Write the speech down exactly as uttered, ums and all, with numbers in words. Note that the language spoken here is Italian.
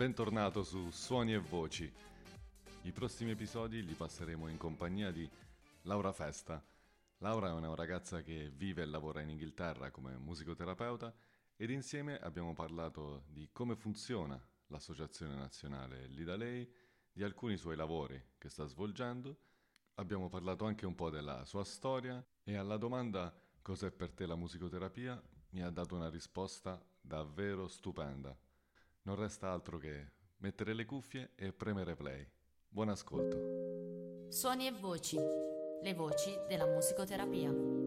bentornato su Suoni e Voci. I prossimi episodi li passeremo in compagnia di Laura Festa. Laura è una ragazza che vive e lavora in Inghilterra come musicoterapeuta ed insieme abbiamo parlato di come funziona l'Associazione Nazionale Lì da Lei, di alcuni suoi lavori che sta svolgendo. Abbiamo parlato anche un po' della sua storia e alla domanda "cos'è per te la musicoterapia?" mi ha dato una risposta davvero stupenda. Non resta altro che mettere le cuffie e premere play. Buon ascolto. Suoni e voci, le voci della musicoterapia.